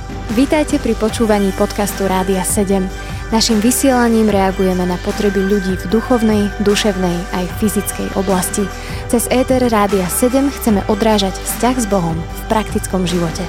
Vítajte pri počúvaní podcastu Rádia 7. Naším vysielaním reagujeme na potreby ľudí v duchovnej, duševnej aj fyzickej oblasti. Cez éter Rádia 7 chceme odrážať vzťah s Bohom v praktickom živote.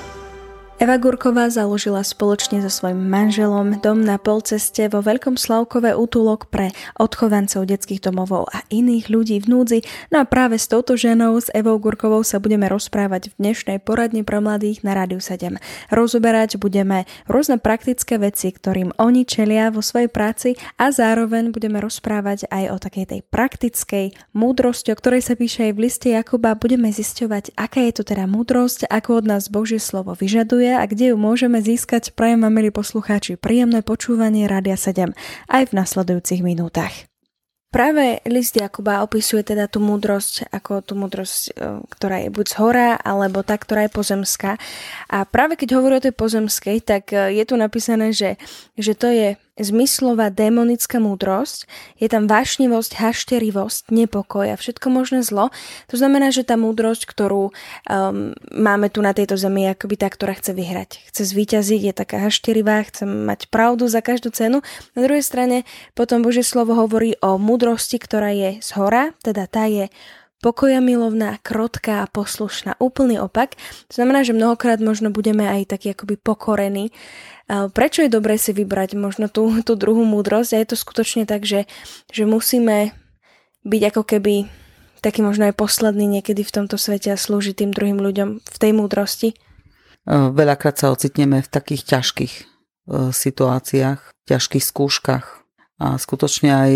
Eva Gurková založila spoločne so svojím manželom dom na polceste vo Veľkom Slavkove útulok pre odchovancov detských domovov a iných ľudí v núdzi. No a práve s touto ženou, s Evou Gurkovou, sa budeme rozprávať v dnešnej poradni pre mladých na Rádiu 7. Rozoberať budeme rôzne praktické veci, ktorým oni čelia vo svojej práci, a zároveň budeme rozprávať aj o takej tej praktickej múdrosti, o ktorej sa píše aj v liste Jakuba. Budeme zisťovať, aká je to teda múdrosť, ako od nás Božie slovo vyžaduje a kde ju môžeme získať. Prajem vám, milí poslucháči, príjemné počúvanie Rádia 7 aj v nasledujúcich minútach. Práve list Jakuba opisuje teda tú múdrosť ako tú múdrosť, ktorá je buď zhora, alebo tá, ktorá je pozemská. A práve keď hovorí o tej pozemskej, tak je tu napísané, že to je zmyslová démonická múdrosť, je tam vášnivosť, hašterivosť, nepokoj a všetko možné zlo. To znamená, že tá múdrosť, ktorú máme tu na tejto zemi, je akoby tá, ktorá chce vyhrať. Chce zvíťaziť, je taká hašterivá, chce mať pravdu za každú cenu. Na druhej strane potom Božie slovo hovorí o múdrosti, ktorá je zhora, teda tá je pokoja milovná, krotká a poslušná. Úplný opak. To znamená, že mnohokrát možno budeme aj takí akoby pokorení. Prečo je dobré si vybrať možno tú druhú múdrosť? A je to skutočne tak, že musíme byť ako keby taký možno aj posledný niekedy v tomto svete a slúžiť tým druhým ľuďom v tej múdrosti? Veľakrát sa ocitneme v takých ťažkých situáciách, ťažkých skúškach. A skutočne aj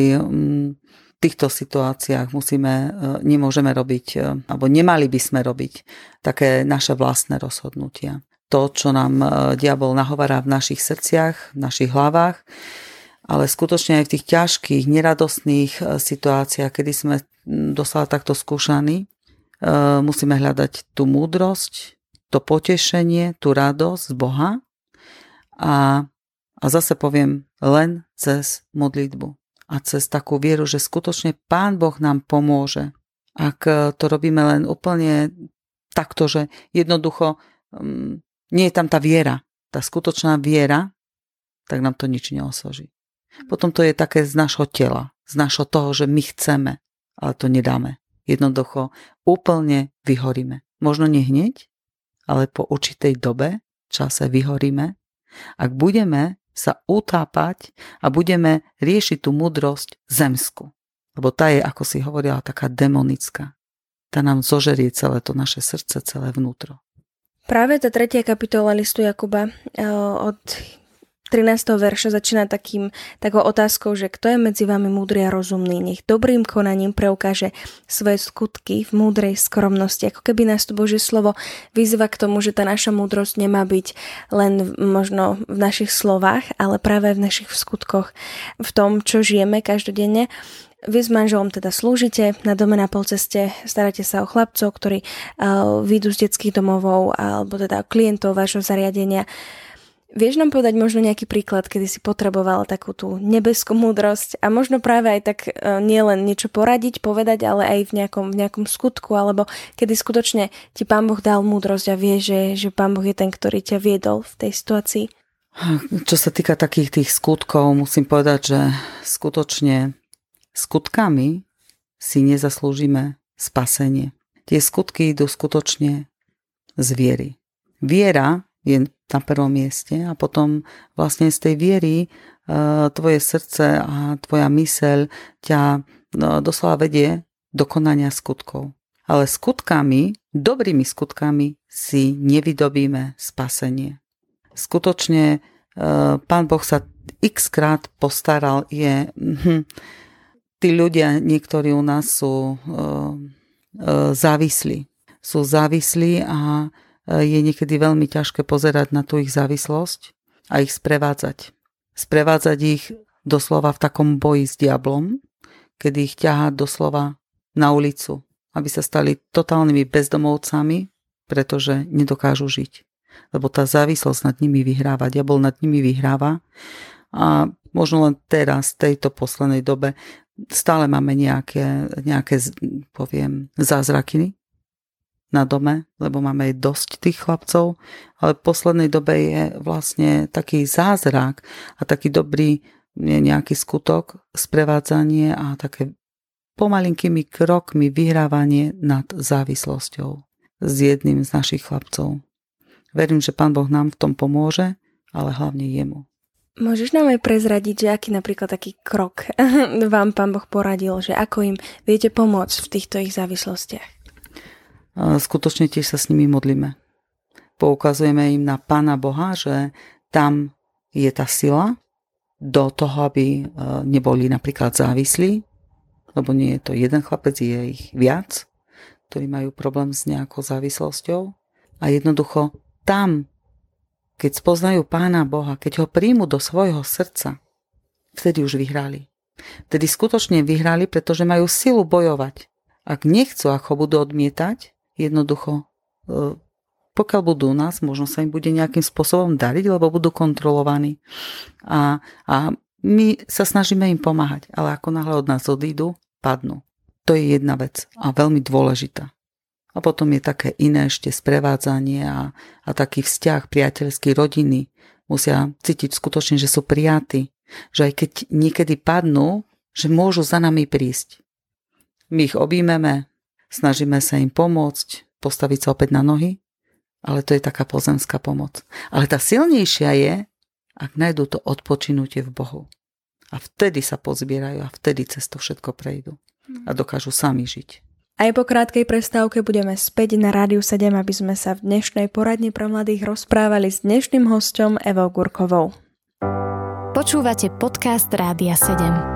v týchto situáciách nemôžeme robiť, alebo nemali by sme robiť také naše vlastné rozhodnutia. To, čo nám diabol nahovára v našich srdciach, v našich hlavách, ale skutočne aj v tých ťažkých, neradostných situáciách, kedy sme doslova takto skúšaní, musíme hľadať tú múdrosť, to potešenie, tú radosť z Boha a zase poviem, len cez modlitbu a cez takú vieru, že skutočne Pán Boh nám pomôže. Ak to robíme len úplne takto, že jednoducho nie je tam tá viera, tá skutočná viera, tak nám to nič neosloží. Potom to je také z nášho tela, z nášho toho, že my chceme, ale to nedáme. Jednoducho úplne vyhoríme. Možno nie hneď, ale po určitej dobe, čase vyhoríme. Ak budeme sa utápať a budeme riešiť tú múdrosť zemskú, lebo tá je, ako si hovorila, taká demonická. Tá nám zožerie celé to naše srdce, celé vnútro. Práve tá 3. kapitola listu Jakuba od 13. verša začína takou otázkou, že kto je medzi vami múdry a rozumný, nech dobrým konaním preukáže svoje skutky v múdrej skromnosti. Ako keby nás to Božie slovo vyzýva k tomu, že tá naša múdrosť nemá byť len možno v našich slovách, ale práve v našich skutkoch, v tom, čo žijeme každodenne. Vy s manželom teda slúžite na dome na polceste, staráte sa o chlapcov, ktorí vyjdú z detských domovov alebo teda klientov vášho zariadenia. Vieš nám povedať možno nejaký príklad, kedy si potreboval takú tú nebeskú múdrosť a možno práve aj tak nielen niečo poradiť, povedať, ale aj v nejakom skutku, alebo kedy skutočne ti Pán Boh dal múdrosť a vie, že Pán Boh je ten, ktorý ťa viedol v tej situácii? Čo sa týka takých tých skutkov, musím povedať, že skutočne skutkami si nezaslúžime spasenie. Tie skutky idú skutočne z viery. Viera je na prvom mieste a potom vlastne z tej viery tvoje srdce a tvoja myseľ ťa doslova vedie do konania skutkov. Ale skutkami, dobrými skutkami si nevydobíme spasenie. Skutočne Pán Boh sa x-krát postaral. Tí ľudia, niektorí u nás sú závislí. Sú závislí a je niekedy veľmi ťažké pozerať na tú ich závislosť a ich sprevádzať. Sprevádzať ich doslova v takom boji s diablom, kedy ich ťahá doslova na ulicu, aby sa stali totálnymi bezdomovcami, pretože nedokážu žiť. Lebo tá závislosť nad nimi vyhráva, diabol nad nimi vyhráva a možno len teraz, v tejto poslednej dobe, stále máme nejaké poviem, zázraky. na dome, lebo máme aj dosť tých chlapcov, ale v poslednej dobe je vlastne taký zázrak a taký dobrý nejaký skutok, sprevádzanie a také pomalinkými krokmi vyhrávanie nad závislosťou s jedným z našich chlapcov. Verím, že Pán Boh nám v tom pomôže, ale hlavne jemu. Môžeš nám aj prezradiť, že aký napríklad taký krok vám Pán Boh poradil, že ako im viete pomôcť v týchto ich závislostiach? Skutočne tiež sa s nimi modlíme. Poukazujeme im na Pána Boha, že tam je tá sila do toho, aby neboli napríklad závislí, lebo nie je to jeden chlapec, je ich viac, ktorí majú problém s nejakou závislosťou. A jednoducho tam, keď spoznajú Pána Boha, keď ho príjmu do svojho srdca, vtedy už vyhrali. Vtedy skutočne vyhrali, pretože majú silu bojovať. Ak nechcú, ak ho budú odmietať, jednoducho, pokiaľ budú u nás, možno sa im bude nejakým spôsobom dariť, lebo budú kontrolovaní. A my sa snažíme im pomáhať, ale ako náhle od nás odídu, padnú. To je jedna vec a veľmi dôležitá. A potom je také iné ešte sprevádzanie a taký vzťah priateľský, rodiny. Musia cítiť skutočne, že sú prijatí. Že aj keď niekedy padnú, že môžu za nami prísť. My ich objímeme, snažíme sa im pomôcť, postaviť sa opäť na nohy, ale to je taká pozemská pomoc. Ale tá silnejšia je, ak nájdú to odpočinutie v Bohu. A vtedy sa pozbierajú a vtedy cez to všetko prejdú. A dokážu sami žiť. Aj po krátkej prestávke budeme späť na Rádiu 7, aby sme sa v dnešnej poradni pre mladých rozprávali s dnešným hosťom Evou Gurkovou. Počúvate podcast Rádia 7.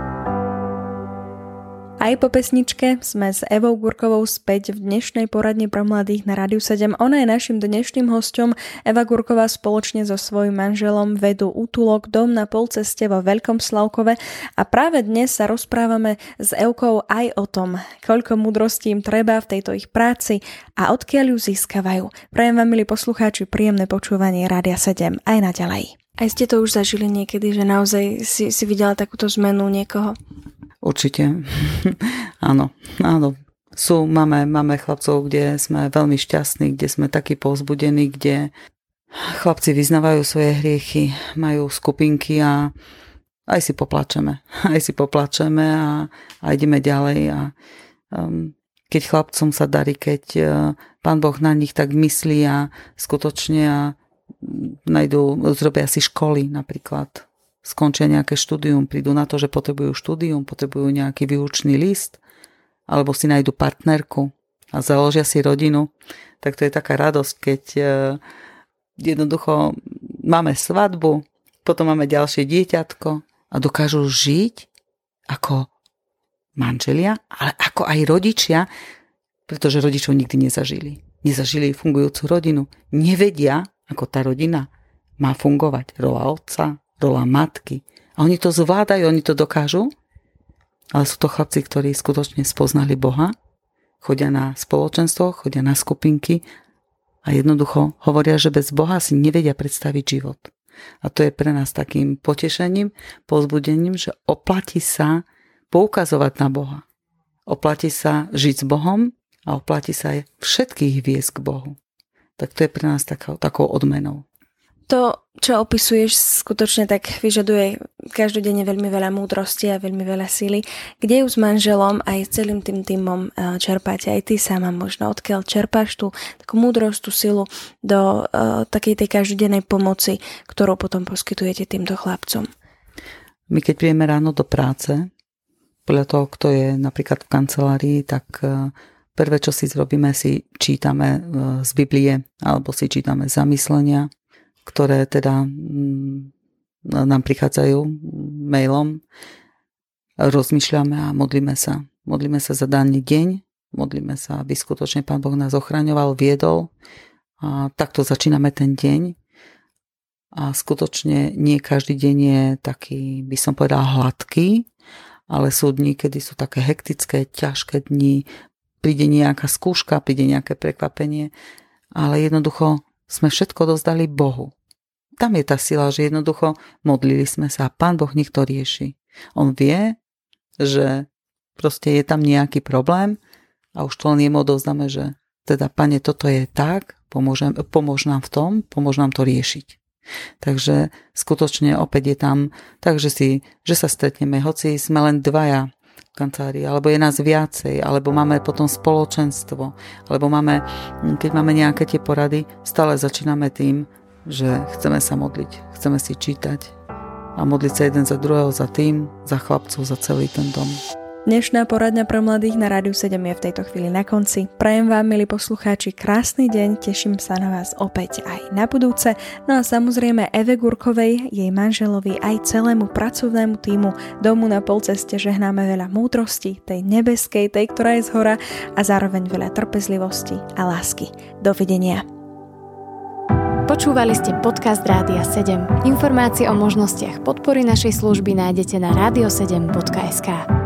Aj po pesničke sme s Evou Gurkovou späť v dnešnej poradni pre mladých na Rádiu 7. Ona je našim dnešným hosťom. Eva Gurková spoločne so svojím manželom vedú útulok Dom na polceste vo Veľkom Slavkove a práve dnes sa rozprávame s Evkou aj o tom, koľko múdrosti im treba v tejto ich práci a odkiaľ ju získavajú. Prajem vám, milí poslucháči, príjemné počúvanie Rádia 7 aj naďalej. Aj ste to už zažili niekedy, že naozaj si videla takúto zmenu niekoho? Určite. Áno. Máme chlapcov, kde sme veľmi šťastní, kde sme takí povzbudení, kde chlapci vyznávajú svoje hriechy, majú skupinky a aj si poplačeme a ideme ďalej. A keď chlapcom sa darí, keď Pán Boh na nich tak myslí a skutočne zrobia si školy napríklad, skončia nejaké štúdium, prídu na to, že potrebujú štúdium, potrebujú nejaký výučný list, alebo si nájdu partnerku a založia si rodinu, tak to je taká radosť, keď jednoducho máme svadbu, potom máme ďalšie dieťatko a dokážu žiť ako manželia, ale ako aj rodičia, pretože rodičov nikdy nezažili. Nezažili fungujúcu rodinu. Nevedia, ako tá rodina má fungovať. Rola otca, rola matky. A oni to zvládajú, oni to dokážu, ale sú to chlapci, ktorí skutočne spoznali Boha, chodia na spoločenstvo, chodia na skupinky a jednoducho hovoria, že bez Boha si nevedia predstaviť život. A to je pre nás takým potešením, povzbudením, že oplatí sa poukazovať na Boha. Oplatí sa žiť s Bohom a oplatí sa aj všetkých viesť k Bohu. Tak to je pre nás takou odmenou. To, čo opisuješ, skutočne tak vyžaduje každodenne veľmi veľa múdrosti a veľmi veľa síly. Kde ju s manželom aj s celým tým tímom čerpáte? Aj ty sama možno. Odkiaľ čerpáš tú takú múdrosť, tú silu do takej tej každodennej pomoci, ktorú potom poskytujete týmto chlapcom? My keď príjeme ráno do práce, podľa toho, kto je napríklad v kancelárii, tak prvé, čo si zrobíme, si čítame z Biblie alebo si čítame zamyslenia, ktoré teda nám prichádzajú mailom. Rozmýšľame a modlíme sa. Modlíme sa za daný deň, modlíme sa, aby skutočne Pán Boh nás ochraňoval, viedol. A takto začíname ten deň. A skutočne nie každý deň je taký, by som povedal, hladký, ale sú dni, kedy sú také hektické, ťažké dni, príde nejaká skúška, príde nejaké prekvapenie, ale jednoducho sme všetko dozdali Bohu. Tam je tá sila, že jednoducho modlili sme sa a Pán Boh nech to rieši. On vie, že proste je tam nejaký problém a už to len jemu odovzdáme, že teda Pane, toto je tak, pomôž nám v tom, pomôž nám to riešiť. Takže skutočne opäť je tam tak, že sa stretneme, hoci sme len dvaja v kancelárii, alebo je nás viacej, alebo máme potom spoločenstvo, alebo keď máme nejaké tie porady, stále začíname tým, že chceme sa modliť, chceme si čítať a modliť sa jeden za druhého, za tým, za chlapcov, za celý ten dom. Dnešná poradňa pre mladých na Rádiu 7 je v tejto chvíli na konci. Prajem vám, milí poslucháči, krásny deň, teším sa na vás opäť aj na budúce. No a samozrejme Eve Gurkovej, jej manželovi aj celému pracovnému tímu Domu na polceste žehnáme veľa múdrosti, tej nebeskej, tej, ktorá je zhora, a zároveň veľa trpezlivosti a lásky. Dovidenia. Počúvali ste podcast Rádia 7. Informácie o možnostiach podpory našej služby nájdete na radio7.sk.